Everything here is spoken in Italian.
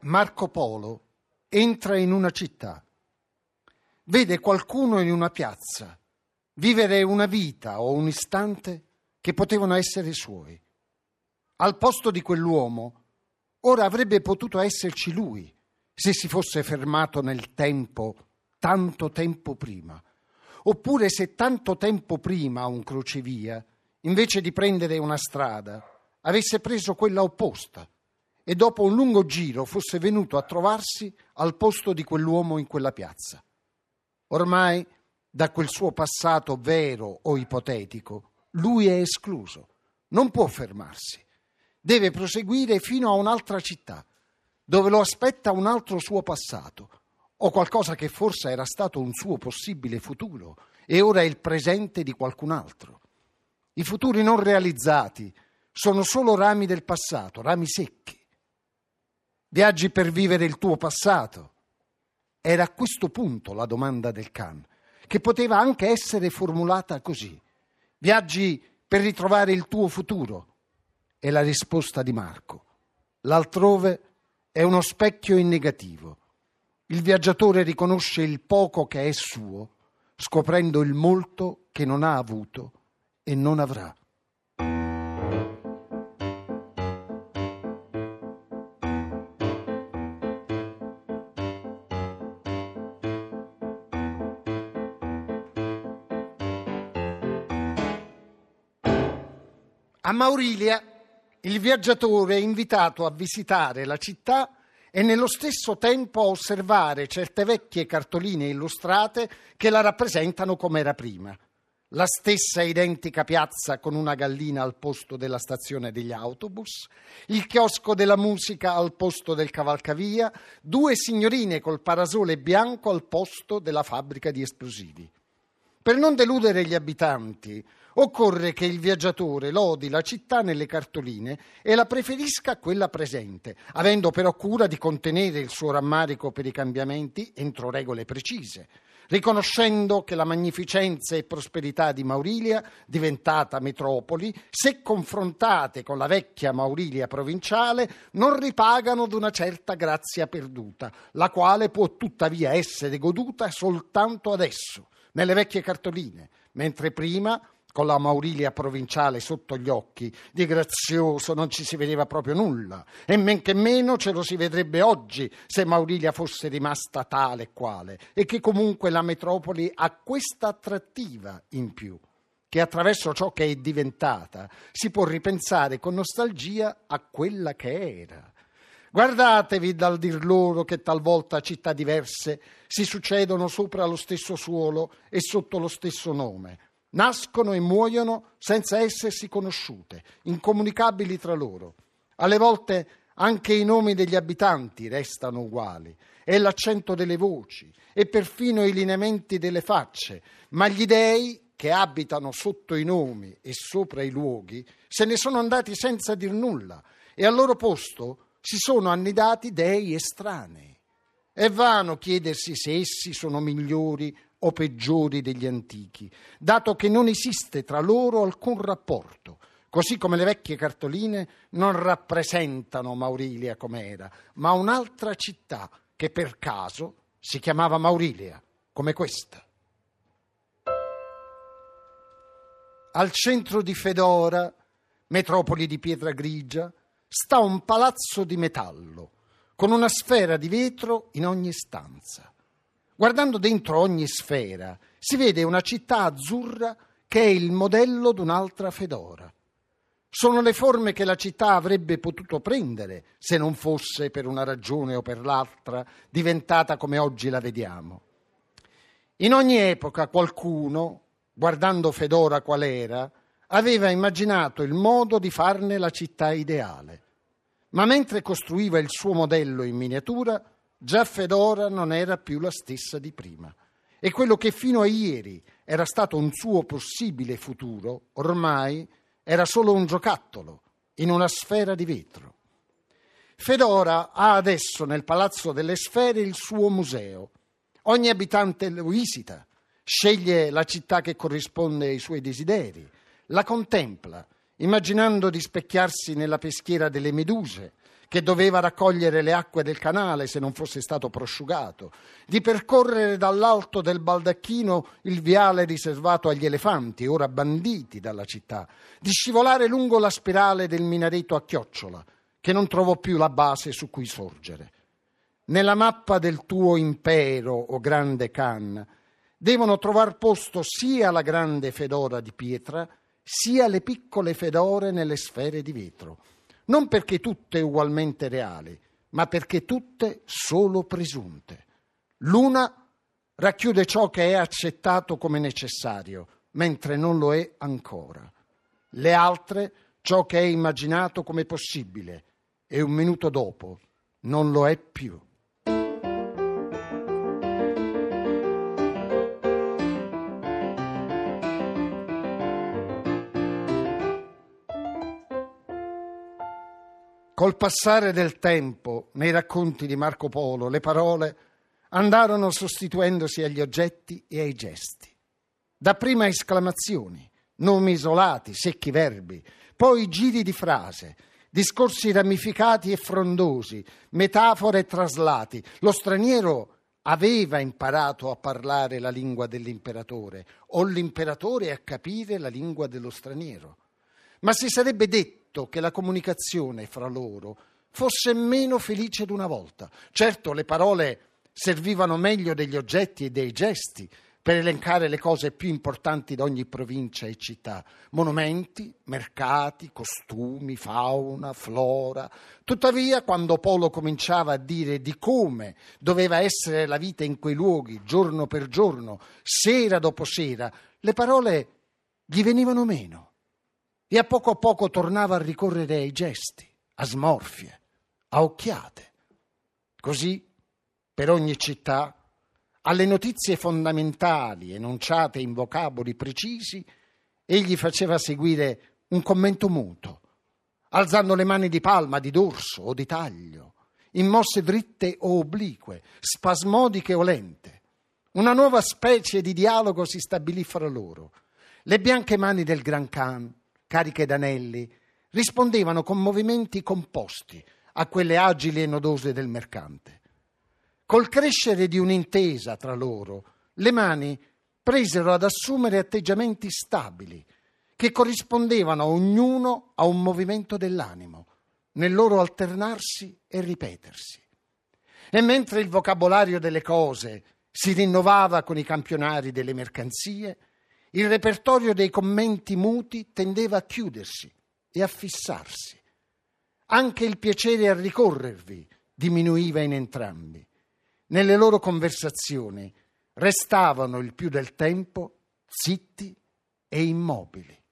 Marco Polo entra in una città, vede qualcuno in una piazza vivere una vita o un istante che potevano essere suoi. Al posto di quell'uomo, ora avrebbe potuto esserci lui, se si fosse fermato nel tempo, tanto tempo prima. Oppure se tanto tempo prima un crocevia, invece di prendere una strada, avesse preso quella opposta e dopo un lungo giro fosse venuto a trovarsi al posto di quell'uomo in quella piazza. Ormai, da quel suo passato vero o ipotetico, lui è escluso, non può fermarsi. Deve proseguire fino a un'altra città, dove lo aspetta un altro suo passato, o qualcosa che forse era stato un suo possibile futuro e ora è il presente di qualcun altro. I futuri non realizzati sono solo rami del passato, rami secchi. Viaggi per vivere il tuo passato? Era a questo punto la domanda del Khan, che poteva anche essere formulata così. Viaggi per ritrovare il tuo futuro? E la risposta di Marco. L'altrove è uno specchio in negativo. Il viaggiatore riconosce il poco che è suo, scoprendo il molto che non ha avuto e non avrà. A Maurilia il viaggiatore è invitato a visitare la città e nello stesso tempo a osservare certe vecchie cartoline illustrate che la rappresentano come era prima. La stessa identica piazza con una gallina al posto della stazione degli autobus, il chiosco della musica al posto del cavalcavia, due signorine col parasole bianco al posto della fabbrica di esplosivi. Per non deludere gli abitanti, occorre che il viaggiatore lodi la città nelle cartoline e la preferisca a quella presente, avendo però cura di contenere il suo rammarico per i cambiamenti entro regole precise, riconoscendo che la magnificenza e prosperità di Maurilia, diventata metropoli, se confrontate con la vecchia Maurilia provinciale, non ripagano d'una certa grazia perduta, la quale può tuttavia essere goduta soltanto adesso, nelle vecchie cartoline, mentre prima, con la Maurilia provinciale sotto gli occhi, di grazioso non ci si vedeva proprio nulla, e men che meno ce lo si vedrebbe oggi se Maurilia fosse rimasta tale e quale, e che comunque la metropoli ha questa attrattiva in più, che attraverso ciò che è diventata si può ripensare con nostalgia a quella che era. Guardatevi dal dir loro che talvolta città diverse si succedono sopra lo stesso suolo e sotto lo stesso nome. Nascono e muoiono senza essersi conosciute, incomunicabili tra loro. Alle volte anche i nomi degli abitanti restano uguali, e l'accento delle voci, e perfino i lineamenti delle facce, ma gli dei che abitano sotto i nomi e sopra i luoghi se ne sono andati senza dir nulla, e al loro posto si sono annidati dei estranei. È vano chiedersi se essi sono migliori o peggiori degli antichi, dato che non esiste tra loro alcun rapporto, così come le vecchie cartoline non rappresentano Maurilia com'era, ma un'altra città che per caso si chiamava Maurilia, come questa. Al centro di Fedora, metropoli di pietra grigia, sta un palazzo di metallo, con una sfera di vetro in ogni stanza. Guardando dentro ogni sfera si vede una città azzurra che è il modello d'un'altra Fedora. Sono le forme che la città avrebbe potuto prendere se non fosse, per una ragione o per l'altra, diventata come oggi la vediamo. In ogni epoca qualcuno, guardando Fedora qual era, aveva immaginato il modo di farne la città ideale. Ma mentre costruiva il suo modello in miniatura, già Fedora non era più la stessa di prima. E quello che fino a ieri era stato un suo possibile futuro, ormai era solo un giocattolo in una sfera di vetro. Fedora ha adesso nel Palazzo delle Sfere il suo museo. Ogni abitante lo visita, sceglie la città che corrisponde ai suoi desideri, la contempla, immaginando di specchiarsi nella peschiera delle meduse, che doveva raccogliere le acque del canale se non fosse stato prosciugato, di percorrere dall'alto del baldacchino il viale riservato agli elefanti, ora banditi dalla città, di scivolare lungo la spirale del minareto a chiocciola, che non trovò più la base su cui sorgere. Nella mappa del tuo impero, o grande Khan, devono trovar posto sia la grande fedora di pietra, sia le piccole fedore nelle sfere di vetro, non perché tutte ugualmente reali, ma perché tutte solo presunte. L'una racchiude ciò che è accettato come necessario, mentre non lo è ancora. Le altre ciò che è immaginato come possibile e un minuto dopo non lo è più. Col passare del tempo, nei racconti di Marco Polo, le parole andarono sostituendosi agli oggetti e ai gesti. Dapprima esclamazioni, nomi isolati, secchi verbi, poi giri di frase, discorsi ramificati e frondosi, metafore e traslati. Lo straniero aveva imparato a parlare la lingua dell'imperatore, o l'imperatore a capire la lingua dello straniero. Ma si sarebbe detto che la comunicazione fra loro fosse meno felice d'una volta. Certo, le parole servivano meglio degli oggetti e dei gesti per elencare le cose più importanti di ogni provincia e città: monumenti, mercati, costumi, fauna, flora. Tuttavia, quando Polo cominciava a dire di come doveva essere la vita in quei luoghi, giorno per giorno, sera dopo sera, le parole gli venivano meno. E a poco tornava a ricorrere ai gesti, a smorfie, a occhiate. Così, per ogni città, alle notizie fondamentali enunciate in vocaboli precisi, egli faceva seguire un commento muto, alzando le mani di palma, di dorso o di taglio, in mosse dritte o oblique, spasmodiche o lente. Una nuova specie di dialogo si stabilì fra loro. Le bianche mani del Gran Khan, cariche d'anelli, rispondevano con movimenti composti a quelle agili e nodose del mercante. Col crescere di un'intesa tra loro, le mani presero ad assumere atteggiamenti stabili, che corrispondevano ognuno a un movimento dell'animo, nel loro alternarsi e ripetersi. E mentre il vocabolario delle cose si rinnovava con i campionari delle mercanzie, il repertorio dei commenti muti tendeva a chiudersi e a fissarsi. Anche il piacere a ricorrervi diminuiva in entrambi. Nelle loro conversazioni restavano il più del tempo zitti e immobili.